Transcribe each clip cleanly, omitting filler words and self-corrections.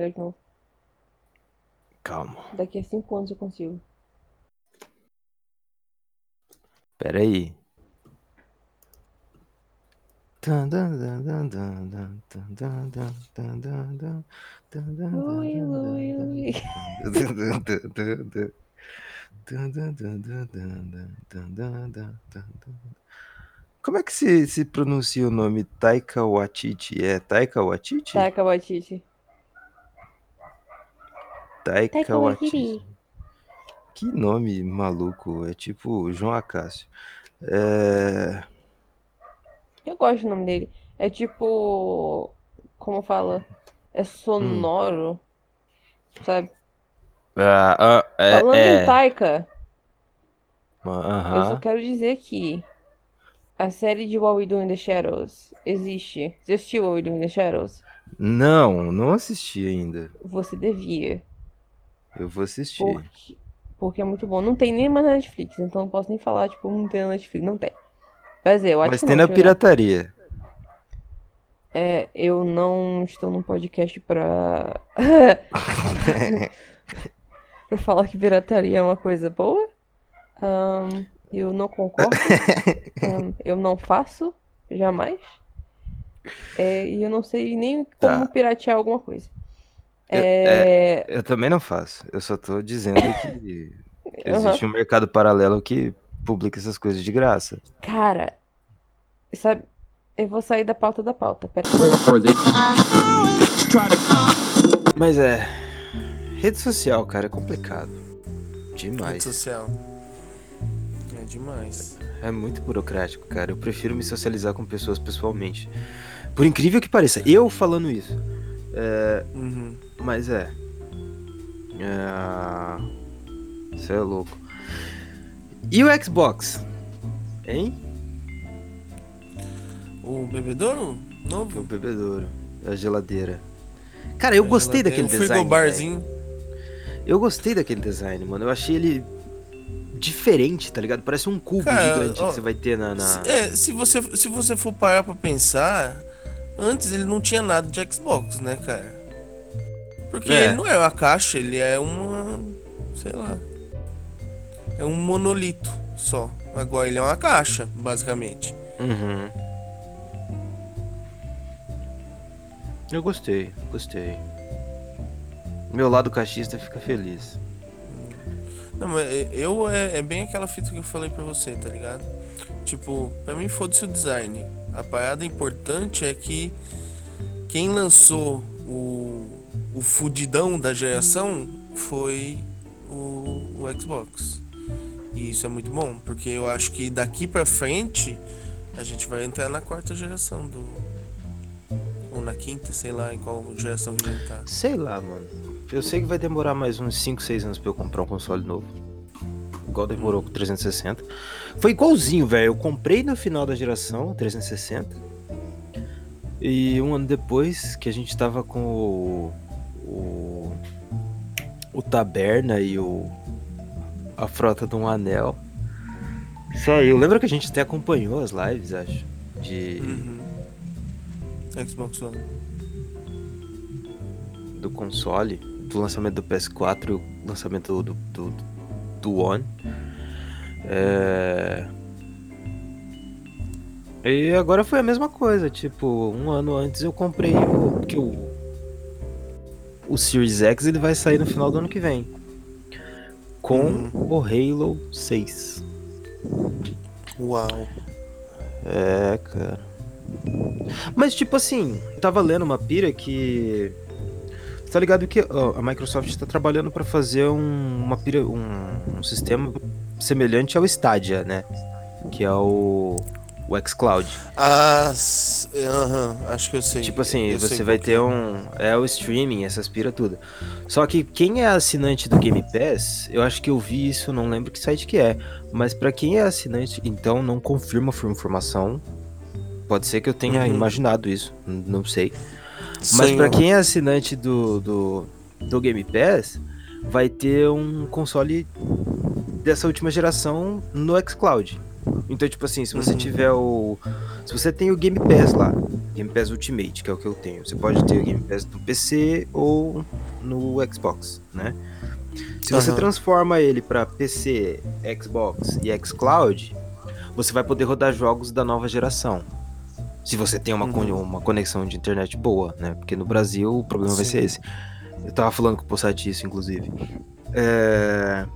melhor de novo. Calma. Daqui a 5 anos eu consigo. Pera aí. Ui, ui, ui. Como é que se pronuncia o nome Taika Waititi? É Taika Waititi? Taika Waititi. Taika Taika Waititi. Waititi. Que nome maluco. É tipo João Acácio. É... Eu gosto do nome dele. É tipo. Como fala? É hum. sonoro, sabe? É, Falando em é. Taika, eu só Aham. quero dizer que a série de What We Do in the Shadows existe. Você assistiu What We Do in the Shadows? Não, não assisti ainda. Você devia. Eu vou assistir. Porque, porque é muito bom. Não tem nem mais na Netflix, então não posso nem falar, tipo, não tem na Netflix. Não tem. Quer dizer, eu acho Mas que tem não, na deixa eu olhar. pirataria. É, eu não estou num podcast pra, pra falar que pirataria é uma coisa boa. Eu não concordo. Eu não faço, jamais. E eu não sei nem como Tá. piratear alguma coisa. Eu, é, É, eu também não faço. Eu só tô dizendo que aham. existe um mercado paralelo que publica essas coisas de graça. Cara, sabe? Eu vou sair da pauta. Pera. Mas rede social, cara, é complicado. Rede Demais. social. É demais. É muito burocrático, cara. Eu prefiro me socializar com pessoas pessoalmente. Por incrível que pareça, eu falando isso. Uhum. Mas Você é louco. E o Xbox? Hein? O bebedouro O novo? bebedouro. A geladeira. Cara, eu A gostei geladeira. daquele O design, velho. frigobarzinho. Eu gostei daquele design, mano. Eu achei ele diferente, tá ligado? Parece um cubo Cara, gigante que ó, você vai ter se você for parar pra pensar, antes ele não tinha nada de Xbox, né, cara? Porque ele É. não é uma caixa, ele é uma. Sei lá. É um monolito só. Agora ele é uma caixa, basicamente. Uhum. Eu gostei, gostei. Meu lado cachista fica feliz. Não, mas é bem aquela fita que eu falei pra você, tá ligado? Tipo, pra mim foda-se o design. A parada importante é que quem lançou o fudidão da geração foi o Xbox. E isso é muito bom, porque eu acho que daqui pra frente a gente vai entrar na quarta geração do. Ou na quinta, sei lá em qual geração que a gente tá. Sei lá, mano. Eu sei que vai demorar mais uns 5, 6 anos pra eu comprar um console novo. Igual demorou com o 360. Foi igualzinho, velho. Eu comprei no final da geração, o 360. E um ano depois, que a gente tava com o Taberna e a frota de um anel. Saiu. Lembra que a gente até acompanhou as lives, acho? Xbox One. Do console, do lançamento do PS4 e o lançamento do One. E agora foi a mesma coisa, tipo, um ano antes eu comprei porque o Series X ele vai sair no final do ano que vem. Com o Halo 6. Uau. Cara. Mas tipo assim, tava lendo uma pira que tá ligado que a Microsoft está trabalhando para fazer um sistema semelhante ao Stadia, né? Que é o xCloud. Acho que eu sei. Tipo assim, Eu sei você qual vai que ter é. o streaming, essas pira tudo. Só que quem é assinante do Game Pass, eu acho que eu vi isso, não lembro que site que é. Mas para quem é assinante, então não confirma a informação. Pode ser que eu tenha imaginado isso, não sei. Mas pra Sonhou. quem é assinante do Game Pass, vai ter um console dessa última geração no xCloud. Então, tipo assim, se você tiver o. Se você tem o Game Pass lá, Game Pass Ultimate, que é o que eu tenho, você pode ter o Game Pass no PC ou no Xbox, né? Se você Aham. transforma ele pra PC, Xbox e xCloud, você vai poder rodar jogos da nova geração. Se você tem uma conexão de internet boa, né? Porque no Brasil o problema vai ser Sim. esse. Eu tava falando com o Possati isso, inclusive. É...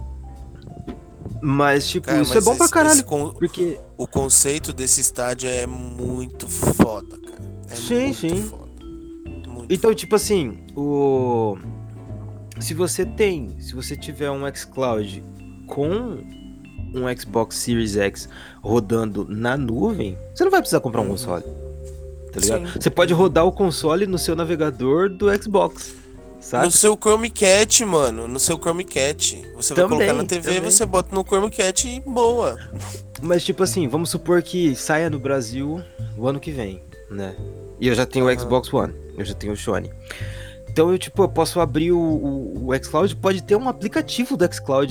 Mas, tipo, Cara, isso é mas bom pra caralho. Porque. o conceito desse estádio é muito foda, cara. É Sim, muito sim. foda. Muito Então, foda. tipo assim, se você tiver um xCloud com um Xbox Series X rodando na nuvem, você não vai precisar comprar um console, tá ligado? Sim. Você pode rodar o console no seu navegador do Xbox, No saca? seu Chromecast, mano. No seu Chromecast. Você vai colocar na TV, Também. você bota no Chromecast e boa. Mas, tipo assim, vamos supor que saia no Brasil o ano que vem, né? E eu já tenho o Xbox One, eu já tenho o Sony. Então eu posso abrir o xCloud, pode ter um aplicativo do xCloud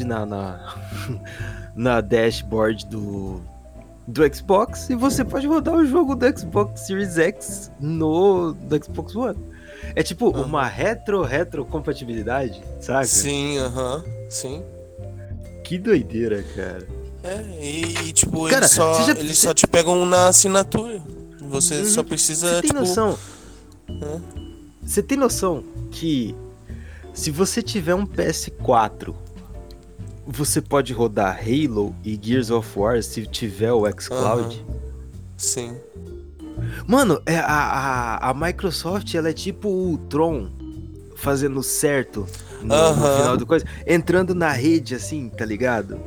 na dashboard do Xbox e você pode rodar o jogo do Xbox Series X do Xbox One. É tipo uma retrocompatibilidade, saca? Sim, sim. Que doideira, cara. Tipo, Cara, eles só te pegam na assinatura. Você só Você precisa, tem tipo. noção? Você tem noção que se você tiver um PS4, você pode rodar Halo e Gears of War se tiver o xCloud? Sim. Mano, a Microsoft, ela é tipo o Tron fazendo certo no final do coisa, entrando na rede assim, tá ligado?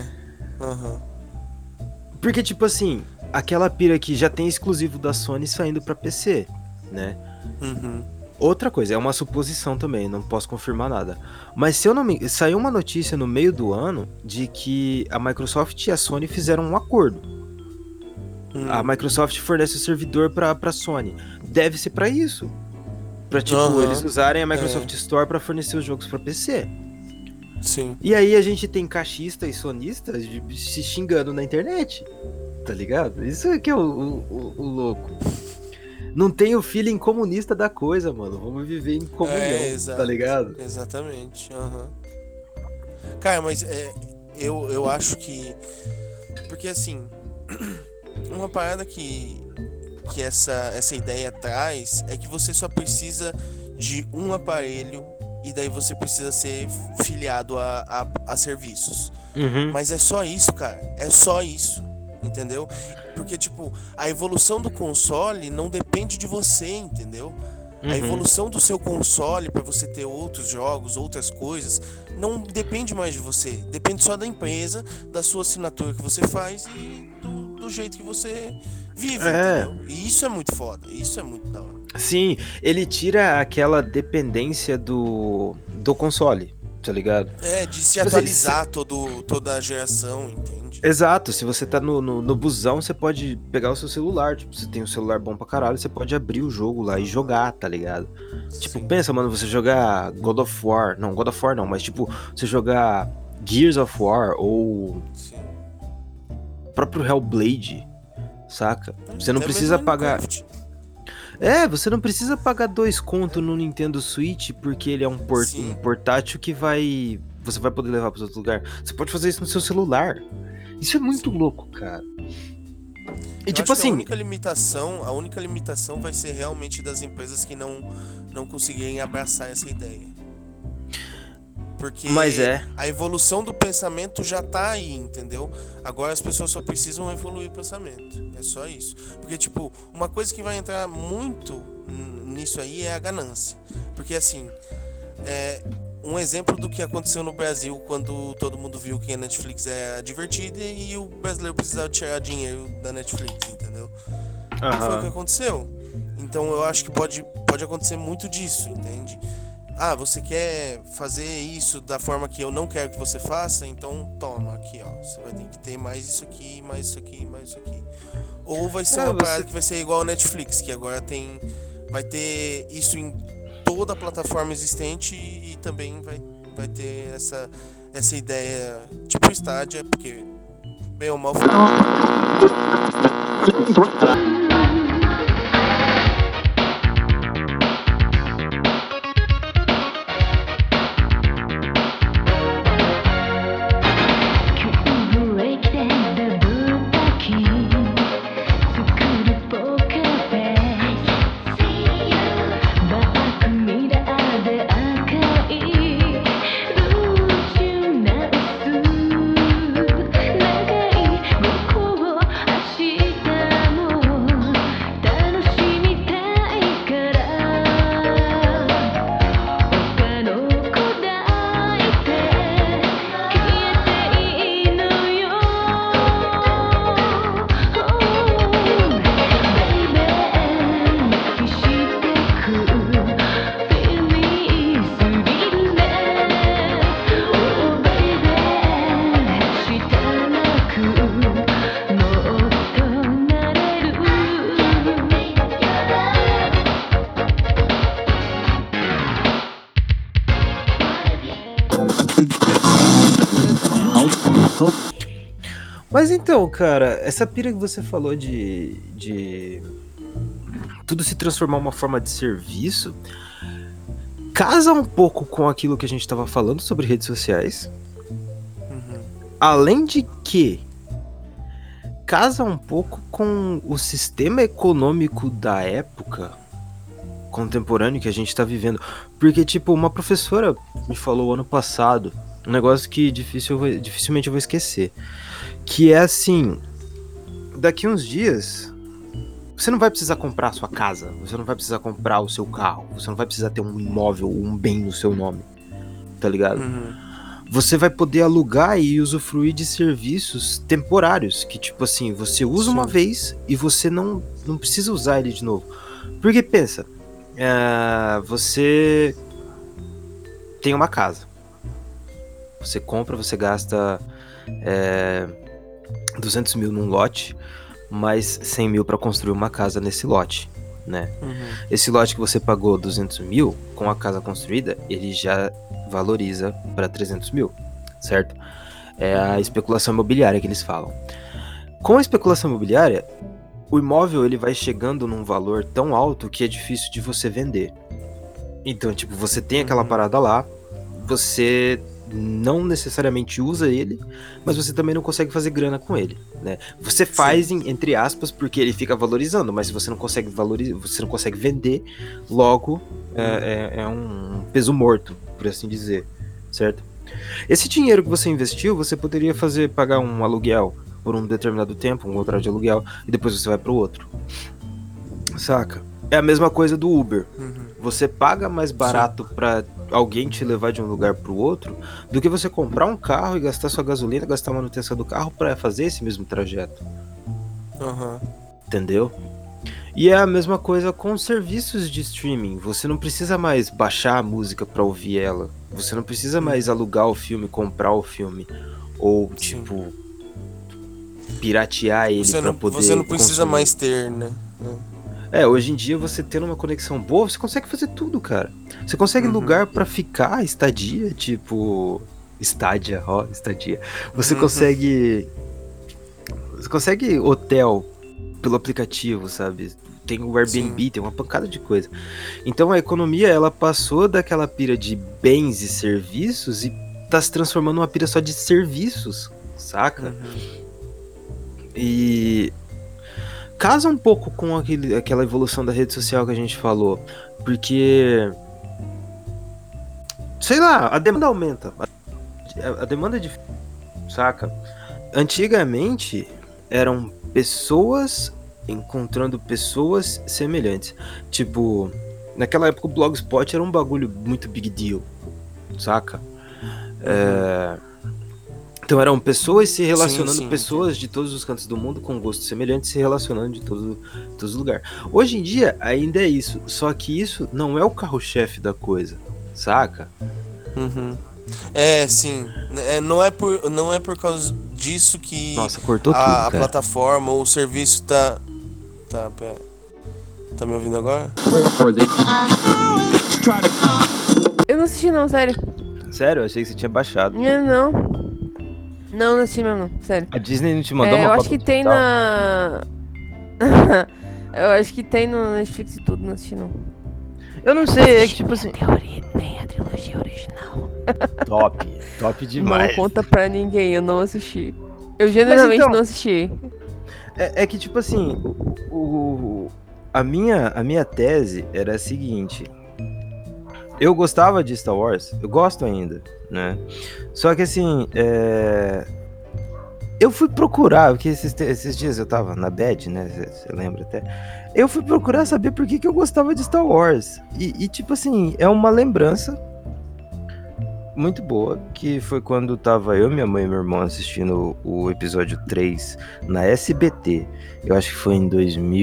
Porque, tipo assim, aquela pira que já tem exclusivo da Sony saindo pra PC, né? Outra coisa, é uma suposição também, não posso confirmar nada. Mas se eu não me... Saiu uma notícia no meio do ano de que a Microsoft e a Sony fizeram um acordo. A Microsoft fornece o servidor pra Sony. Deve ser pra isso. Pra, tipo, eles usarem a Microsoft Store pra fornecer os jogos pra PC. Sim. E aí a gente tem cachista e sonista se xingando na internet. Tá ligado? Isso é que é o louco. Não tem o feeling comunista da coisa, mano. Vamos viver em comunhão, tá ligado? Exatamente. Cara, mas eu acho que. Porque assim. Uma parada que essa ideia traz é que você só precisa de um aparelho e daí você precisa ser filiado a serviços. Mas é só isso, cara. É só isso. Entendeu? Porque, tipo, a evolução do console não depende de você, entendeu? A evolução do seu console para você ter outros jogos, outras coisas, não depende mais de você. Depende só da empresa, da sua assinatura que você faz e do jeito que você vive, entendeu? E isso é muito foda. Isso é muito da hora. Sim, ele tira aquela dependência do console, tá ligado? De se Tipo assim, atualizar toda a geração, entende? Exato, se você tá no busão, você pode pegar o seu celular. Tipo, você tem um celular bom pra caralho, você pode abrir o jogo lá e jogar, tá ligado? Tipo, pensa, mano, você jogar God of War. Não, God of War não, mas tipo, você jogar Gears of War ou próprio Hellblade, saca? Você não Até precisa mesmo pagar. Minecraft. Você não precisa pagar 2 conto no Nintendo Switch porque ele é um portátil que você vai poder levar para outro lugar. Você pode fazer isso no seu celular. Isso é muito louco, cara. E Eu tipo acho que assim, a única limitação vai ser realmente das empresas que não conseguirem abraçar essa ideia. Porque mas a evolução do pensamento já tá aí, entendeu? Agora as pessoas só precisam evoluir o pensamento. É só isso. Porque, tipo, uma coisa que vai entrar muito nisso aí é a ganância. Porque, assim, um exemplo do que aconteceu no Brasil quando todo mundo viu que a Netflix é divertida e o brasileiro precisava tirar dinheiro da Netflix, entendeu? Foi o que aconteceu. Então eu acho que pode acontecer muito disso, entende? Você quer fazer isso da forma que eu não quero que você faça? Então toma aqui, ó. Você vai ter que ter mais isso aqui, mais isso aqui, mais isso aqui. Ou vai ser uma parada que vai ser igual a Netflix, que agora vai ter isso em toda a plataforma existente e também vai ter essa ideia tipo Stadia, porque bem ou mal. Mas então, cara, essa pira que você falou de tudo se transformar uma forma de serviço casa um pouco com aquilo que a gente tava falando sobre redes sociais. Além de que casa um pouco com o sistema econômico da época contemporâneo que a gente tá vivendo. Porque, tipo, uma professora me falou ano passado um negócio que dificilmente eu vou esquecer. Que é assim, daqui uns dias, você não vai precisar comprar a sua casa, você não vai precisar comprar o seu carro, você não vai precisar ter um imóvel ou um bem no seu nome, tá ligado? Você vai poder alugar e usufruir de serviços temporários, que tipo assim, você usa uma vez e você não precisa usar ele de novo. Porque pensa, você tem uma casa, você compra, você gasta 200 mil num lote, mais 100 mil para construir uma casa nesse lote, né? Esse lote que você pagou 200 mil, com a casa construída, ele já valoriza para 300 mil, certo? É a especulação imobiliária que eles falam. Com a especulação imobiliária, o imóvel ele vai chegando num valor tão alto que é difícil de você vender. Então, tipo, você tem aquela parada lá, você não necessariamente usa ele, mas você também não consegue fazer grana com ele, né? Você faz entre aspas porque ele fica valorizando, mas se você não consegue valorizar, você não consegue vender, logo é um peso morto, por assim dizer, certo? Esse dinheiro que você investiu, você poderia pagar um aluguel por um determinado tempo, um contrato de aluguel, e depois você vai pro outro, saca? É a mesma coisa do Uber. Você paga mais barato pra alguém te levar de um lugar pro outro do que você comprar um carro e gastar sua gasolina, gastar a manutenção do carro pra fazer esse mesmo trajeto. Entendeu? E é a mesma coisa com serviços de streaming. Você não precisa mais baixar a música pra ouvir ela. Você não precisa mais alugar o filme, comprar o filme. Ou, tipo, piratear ele pra poder Você não precisa consumir. mais ter, né? Hoje em dia você tendo uma conexão boa, você consegue fazer tudo, cara. Você consegue lugar pra ficar, estadia, tipo... Estadia. Você consegue... Você consegue hotel pelo aplicativo, sabe? Tem o Airbnb, tem uma pancada de coisa. Então a economia, ela passou daquela pira de bens e serviços e tá se transformando numa pira só de serviços, saca? E... casa um pouco com aquela evolução da rede social que a gente falou, porque, sei lá, a demanda aumenta, a demanda é difícil, saca? Antigamente eram pessoas encontrando pessoas semelhantes, tipo, naquela época o Blogspot era um bagulho muito big deal, saca? Então eram pessoas se relacionando, pessoas de todos os cantos do mundo com gostos semelhantes se relacionando de todos os lugares. Hoje em dia ainda é isso, só que isso não é o carro-chefe da coisa, saca? Sim. Não é por causa disso que Nossa, cortou tudo, a cara. plataforma ou o serviço tá, pera. Tá me ouvindo agora? Eu não assisti não, sério. Sério, eu achei que você tinha baixado. Não. Não, não assisti mesmo, não. Sério. A Disney não te mandou Eu uma acho cópia que tem digital? na. Eu acho que tem no Netflix e tudo, não assisti não. Eu não sei, é que tipo assim. Nem a trilogia original. Top Não demais. conta pra ninguém, eu não assisti. Eu Mas genuinamente então, não assisti. é que tipo assim, a minha tese era a seguinte. Eu gostava de Star Wars, eu gosto ainda, né? Só que assim, eu fui procurar, porque esses dias eu tava na bad, né? Você lembra até? Eu fui procurar saber por que eu gostava de Star Wars. E, tipo assim, é uma lembrança muito boa, que foi quando tava eu, minha mãe e meu irmão assistindo o episódio 3 na SBT. Eu acho que foi em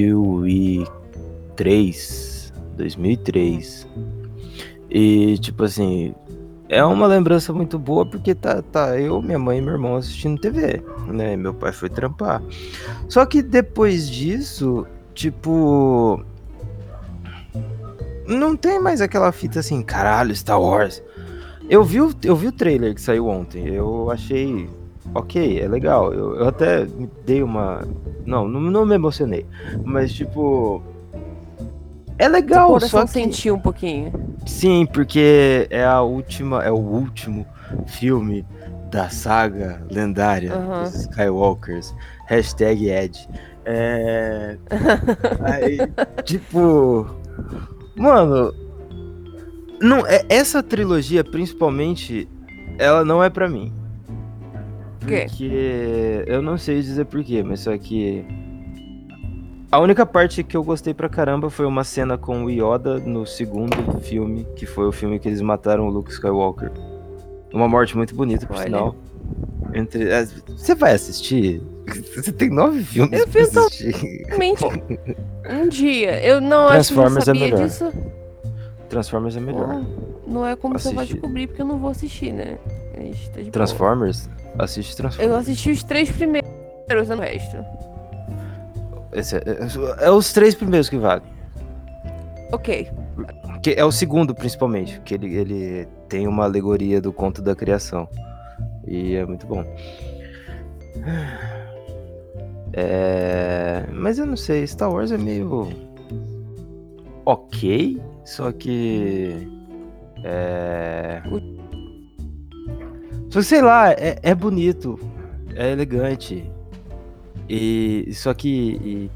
2003. 2003. E, tipo assim, é uma lembrança muito boa porque tá eu, minha mãe e meu irmão assistindo TV, né? Meu pai foi trampar. Só que depois disso, tipo, não tem mais aquela fita assim, caralho, Star Wars. Eu vi o trailer que saiu ontem. Eu achei ok, é legal. Eu até me dei uma. Não me emocionei. Mas, tipo. É Seu legal, só coração que. sentiu um pouquinho. Sim, porque é o último filme da saga lendária Aham. dos Skywalkers. Hashtag Ed. Aí, tipo. Mano, não, essa trilogia, principalmente, ela não é pra mim. O quê? Porque eu não sei dizer porquê, mas só que a única parte que eu gostei pra caramba foi uma cena com o Yoda no segundo filme, que foi o filme que eles mataram o Luke Skywalker. Uma morte muito bonita, por Olha. sinal. Você vai assistir? Você tem 9 filmes pra assistir. Eventualmente, um dia. Eu não acho que eu Transformers é sabia melhor. disso. Transformers é melhor. Não é como você vai Assistir. descobrir, porque eu não vou assistir, né? A gente tá de boa. Transformers? Assiste Eu Transformers. assisti os 3 primeiros, não o resto. É os 3 primeiros que valem. Ok. Que é o segundo, principalmente, que ele tem uma alegoria do conto da criação. E é muito bom. Mas eu não sei, Star Wars é meio ok, só que só que sei lá, é bonito, é elegante. E só que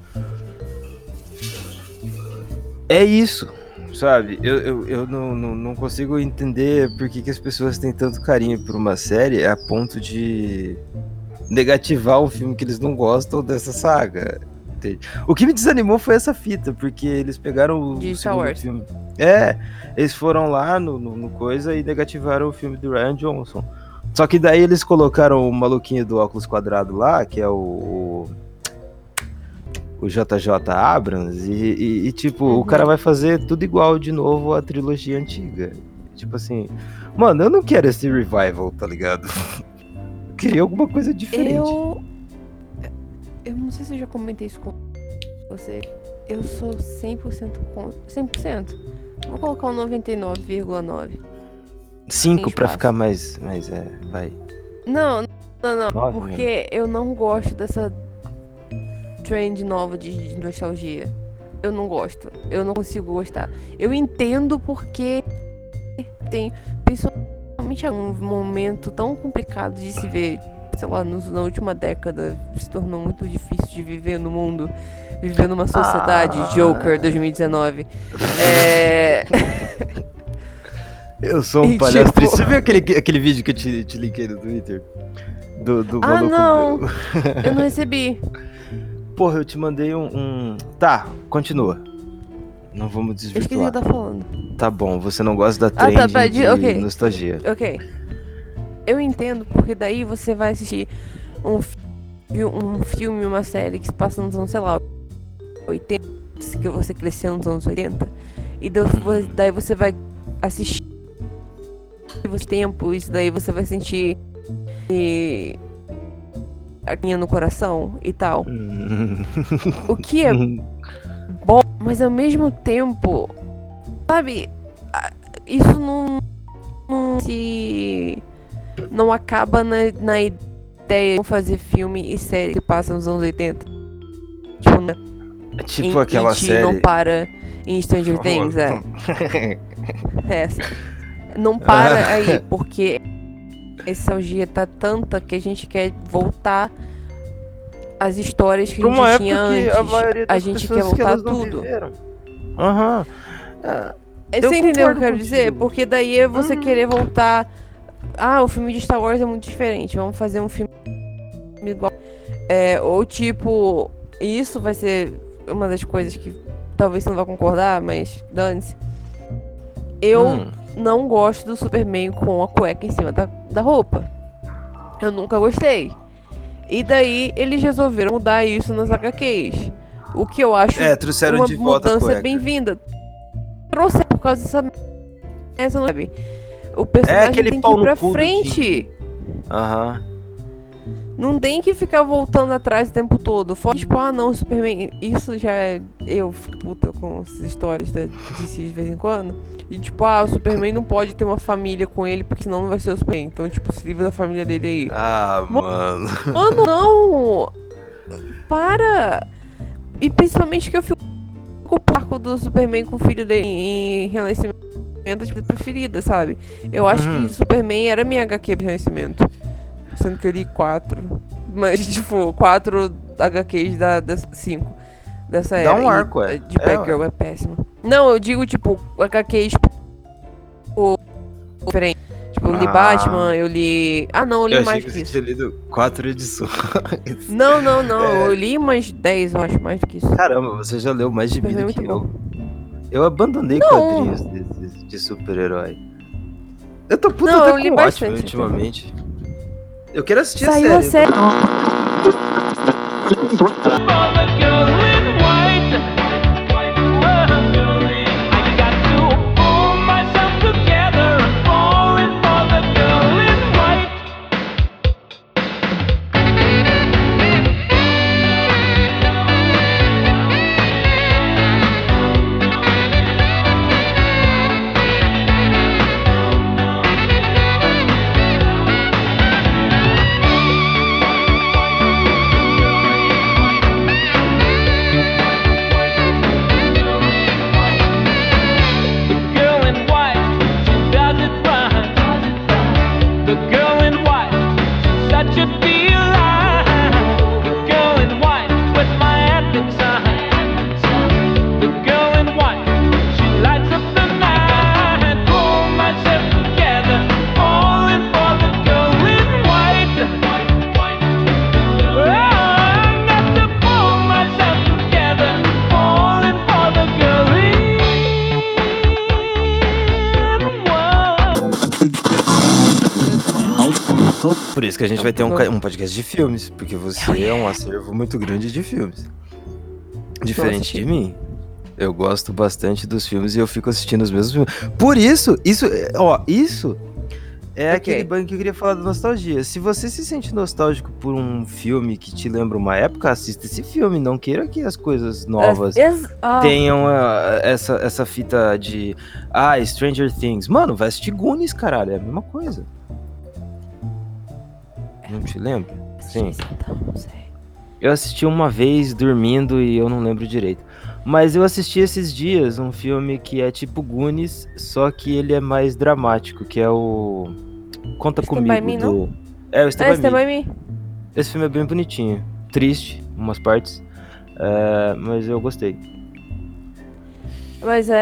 é isso, sabe? Eu não consigo entender por que as pessoas têm tanto carinho por uma série a ponto de negativar um filme que eles não gostam dessa saga. Entende? O que me desanimou foi essa fita, porque eles pegaram o De Star segundo Wars. filme. Eles foram lá no coisa e negativaram o filme do Ryan Johnson. Só que daí eles colocaram o maluquinho do óculos quadrado lá, que é o JJ Abrams, e tipo, o cara vai fazer tudo igual de novo a trilogia antiga. Tipo assim, mano, eu não quero esse revival, tá ligado? Eu queria alguma coisa diferente. Eu não sei se eu já comentei isso com você. Eu sou 100% contra. 100%. Vou colocar um 99,9. 5 pra espaço. ficar mais vai. Não. 9, Porque eu não gosto dessa trend nova de nostalgia. Eu não gosto. Eu não consigo gostar. Eu entendo porque tem, principalmente um momento tão complicado de se ver, sei lá, na última década se tornou muito difícil de viver no mundo, viver numa sociedade. Joker 2019. Eu sou um E, palhaço tipo- triste. Você viu aquele vídeo que eu te linkei no Twitter? Do maluco. Não! Eu não recebi. Porra, eu te mandei um. Tá, continua. Não vamos Eu esqueci o que desvirtuar. eu tava falando. Tá bom, você não gosta da tá, trend de ok. nostalgia. Ok. Eu entendo, porque daí você vai assistir um filme, uma série que se passa nos anos, sei lá, 80, que você cresceu nos anos 80. E daí você vai assistir os tempos, daí você vai sentir a minha no coração e tal. O que é bom, mas ao mesmo tempo, sabe, isso não se não acaba na ideia de fazer filme e série que passa nos anos 80. Tipo, né? Tipo aquela E.T. série. não para em Stranger Things, é. Essa. Não para aí, porque a nostalgia tá tanta que a gente quer voltar às histórias que Pra a uma gente tinha época que antes. a maioria das gente quer pessoas que voltar elas não tudo. viveram. Aham. Eu Você entendeu o que eu concordo quero dizer? contigo. Porque daí é você querer voltar. Ah, o filme de Star Wars é muito diferente. Vamos fazer um filme igual. Ou tipo, isso vai ser uma das coisas que talvez você não vá concordar, mas dane-se. Eu não gosto do Superman com a cueca em cima da roupa. Eu nunca gostei. E daí eles resolveram mudar isso nas HQs. O que eu acho trouxeram uma de volta a mudança cueca. bem-vinda. Trouxe por causa dessa não sabe? O personagem aquele tem que pau ir no pra cu do frente. Aham. Não tem que ficar voltando atrás o tempo todo. Tipo, não, o Superman. Isso já é. Eu fico puta com essas histórias da DC de vez em quando. E tipo, o Superman não pode ter uma família com ele, porque senão não vai ser o Superman. Então, tipo, se livra da família dele aí. Mano. Mano, não! Para! E principalmente que eu fico com o parco do Superman com o filho dele em Renascimento de preferida, sabe? Eu acho que Superman era minha HQ de Renascimento. Sendo que eu li 4. Mas, tipo, 4 HQs da 5. Dessa era. Dá um arco, De Batgirl é péssimo. Não, eu digo, tipo, HQs diferente. Tipo, eu li Batman, eu li... não, eu li mais que você isso. tinha lido 4 edições. Não. Eu li umas 10, eu acho, mais do que isso. Caramba, você já leu mais de mim do que eu. Eu abandonei Não. quadrinhos de super-herói. Eu tô puto Não, eu até li com bastante, Watchmen ultimamente. Eu quero assistir Saiu a série. Por isso que a gente vai ter um podcast de filmes, porque você é um acervo muito grande de filmes. Diferente de mim. Eu gosto bastante dos filmes e eu fico assistindo os mesmos filmes. Por isso é aquele banho que eu queria falar da nostalgia. Se você se sente nostálgico por um filme que te lembra uma época, assista esse filme. Não queira que as coisas novas tenham essa fita de Stranger Things. Mano, vai assistir Goonies, caralho. É a mesma coisa. Não te lembra? Sim. Eu assisti uma vez dormindo e eu não lembro direito. Mas eu assisti esses dias um filme que é tipo Goonies, só que ele é mais dramático, que é o Conta Comigo do... o Stand By Me. Esse filme é bem bonitinho. Triste, umas partes. Mas eu gostei. Mas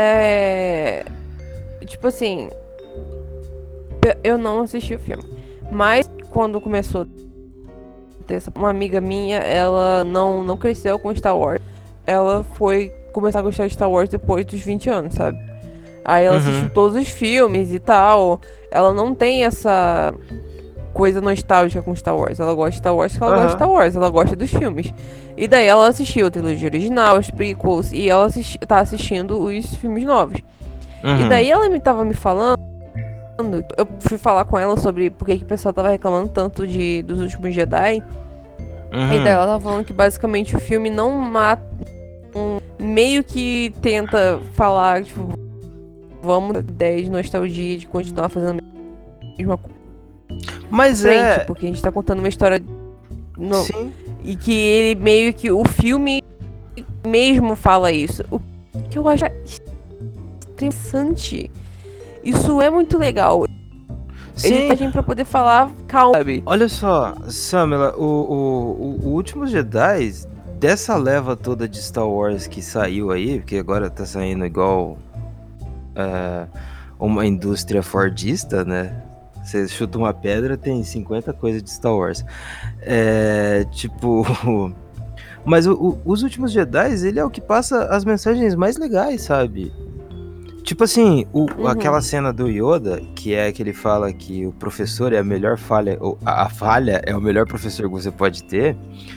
tipo assim... Eu não assisti o filme. Mas quando começou... Uma amiga minha, ela não cresceu com Star Wars. Ela foi começar a gostar de Star Wars depois dos 20 anos, sabe? Aí ela assistiu todos os filmes e tal. Ela não tem essa coisa nostálgica com Star Wars. Ela gosta de Star Wars porque ela gosta de Star Wars. Ela gosta dos filmes. E daí ela assistiu a trilogia original, os prequels. E ela tá assistindo os filmes novos. E daí ela tava me falando... Eu fui falar com ela sobre por que o pessoal tava reclamando tanto dos últimos Jedi. E daí ela tava falando que basicamente o filme não mata... meio que tenta falar, tipo... Vamos ter ideia de nostalgia, de continuar fazendo a mesma Mas frente, porque a gente tá contando uma história sim, e que ele meio que o filme mesmo fala isso. O que eu acho interessante. Isso é muito legal. Ele sim. tem pra poder falar calma, sabe? Olha só, Samela, o Últimos Jedi, dessa leva toda de Star Wars que saiu aí, porque agora tá saindo igual uma indústria fordista, né? Você chuta uma pedra, tem 50 coisas de Star Wars. Tipo. Mas os Últimos Jedi, ele é o que passa as mensagens mais legais, sabe? Tipo assim, aquela cena do Yoda, que é que ele fala que o professor é a melhor falha, ou a falha é o melhor professor que você pode ter,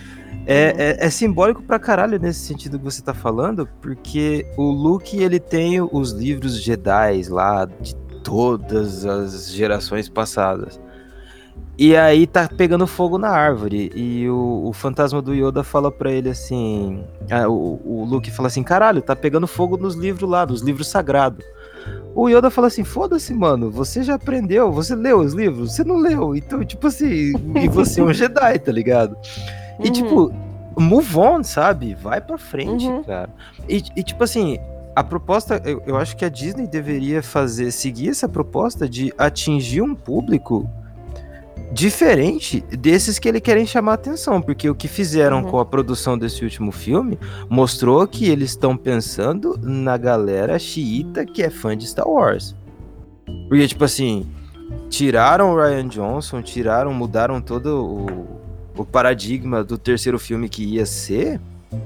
é simbólico pra caralho nesse sentido que você tá falando, porque o Luke, ele tem os livros Jedi lá de todas as gerações passadas. E aí tá pegando fogo na árvore. E o fantasma do Yoda fala pra ele assim. O Luke fala assim: caralho, tá pegando fogo nos livros lá, nos livros sagrados. O Yoda fala assim: foda-se, mano, você já aprendeu, você leu os livros? Você não leu. Então, tipo assim, e você é um Jedi, tá ligado? E tipo, move on, sabe? Vai pra frente, cara. E tipo assim. A proposta, eu acho que a Disney deveria seguir essa proposta de atingir um público diferente desses que eles querem chamar atenção, porque o que fizeram com a produção desse último filme mostrou que eles estão pensando na galera xiita que é fã de Star Wars. Porque, tipo assim, tiraram o Rian Johnson, mudaram todo o paradigma do terceiro filme que ia ser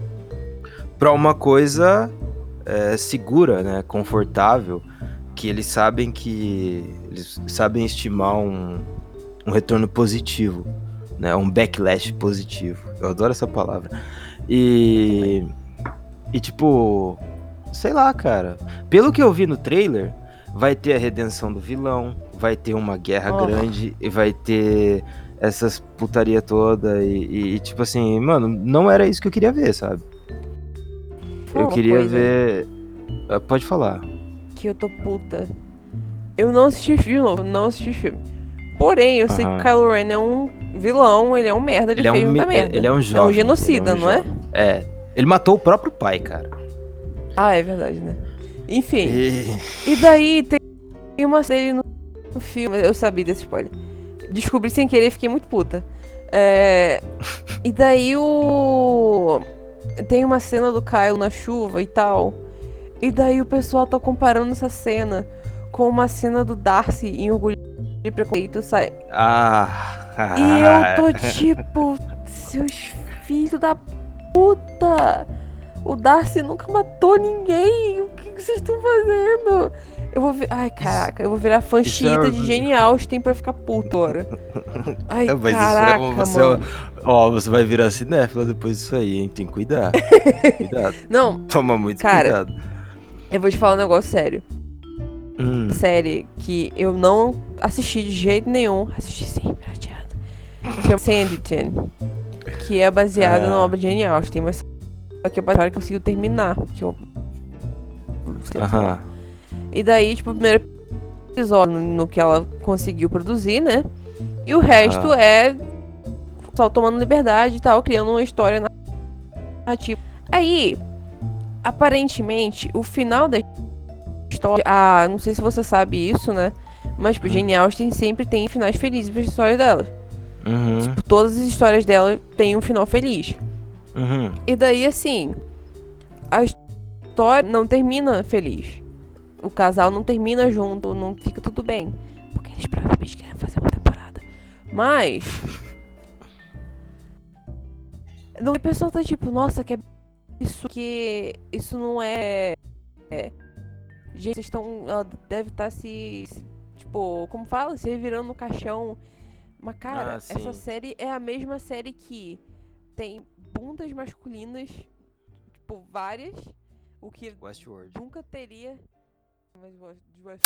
pra uma coisa segura, né, confortável, que eles sabem estimar um retorno positivo, né? Um backlash positivo. Eu adoro essa palavra. E tipo, sei lá, cara. Pelo que eu vi no trailer, vai ter a redenção do vilão, vai ter uma guerra grande e vai ter essas putaria toda e tipo assim, mano, não era isso que eu queria ver, sabe? Eu queria ver. Pode falar. Que eu tô puta. Eu não assisti filme, não assisti filme. Porém, eu sei que o Kylo Ren é um vilão, ele é um merda, ele fez muita merda. Ele é um jovem. É um genocida, não é? É. Ele matou o próprio pai, cara. Ah, é verdade, né? Enfim. E daí tem uma série no filme, eu sabia desse spoiler. Descobri sem querer e fiquei muito puta. E daí tem uma cena do Kylo na chuva e tal. E daí o pessoal tá comparando essa cena com uma cena do Darcy em Orgulho e Preconceito, sabe? E eu tô tipo, seus filhos da puta! O Darcy nunca matou ninguém! O que vocês estão fazendo? Eu vou ver. Ai, caraca, eu vou virar fã xiita de Jane Austen pra ficar puto agora. Ai, mas caraca, isso mano. Você vai virar cinéfila depois disso aí, hein? Tem que cuidar. Cuidado. Não, Toma muito cara, cuidado. eu vou te falar um negócio sério. Série que eu não assisti de jeito nenhum. Assisti sim, prateado. Chama Sanditon. Que é baseado na obra de Jane Austen, mas só que eu conseguiu terminar. E daí, tipo, o primeiro episódio no que ela conseguiu produzir, né? E o resto é só tomando liberdade e tal, criando uma história narrativa. Aí, aparentemente, o final da história. Não sei se você sabe isso, né? Mas, tipo, Jane Austen sempre tem finais felizes para as histórias dela. Tipo, todas as histórias dela têm um final feliz. E daí, assim, a história não termina feliz. O casal não termina junto, não fica tudo bem. Porque eles provavelmente querem fazer uma temporada. Mas. O pessoal tá tipo, nossa, que é isso que. Isso não é. Gente, vocês estão. Ela deve estar tipo, como fala? Se revirando no caixão. Mas, cara, essa série é a mesma série que tem bundas masculinas, tipo, várias. O que Westworld. nunca teria. Mas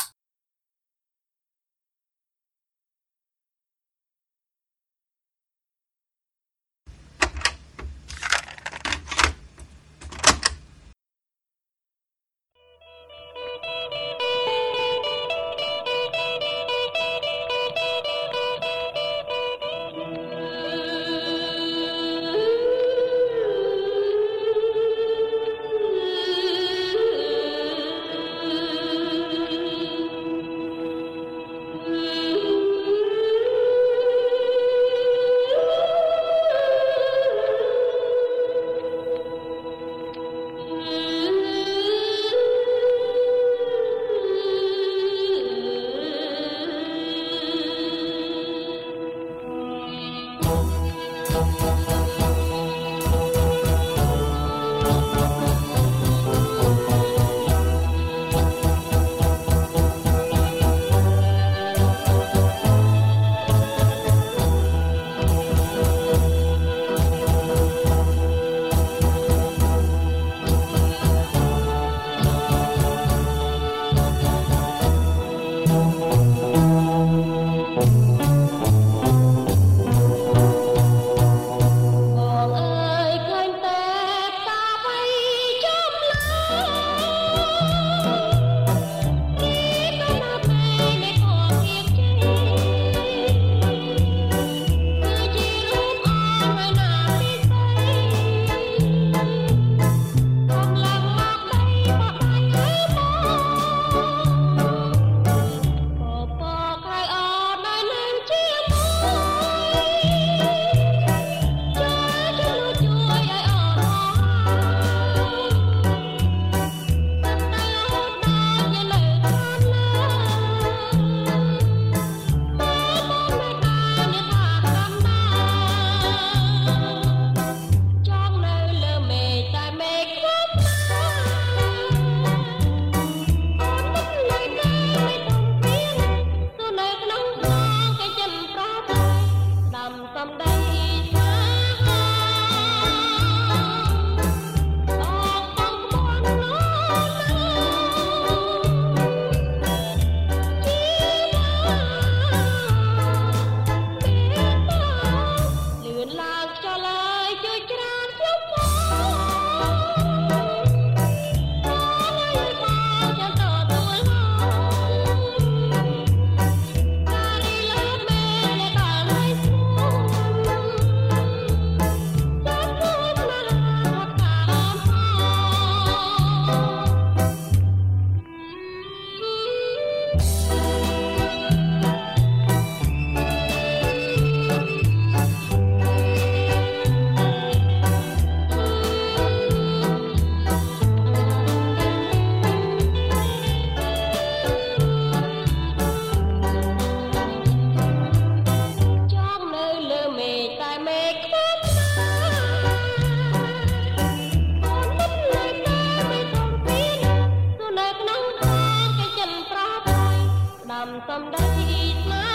need my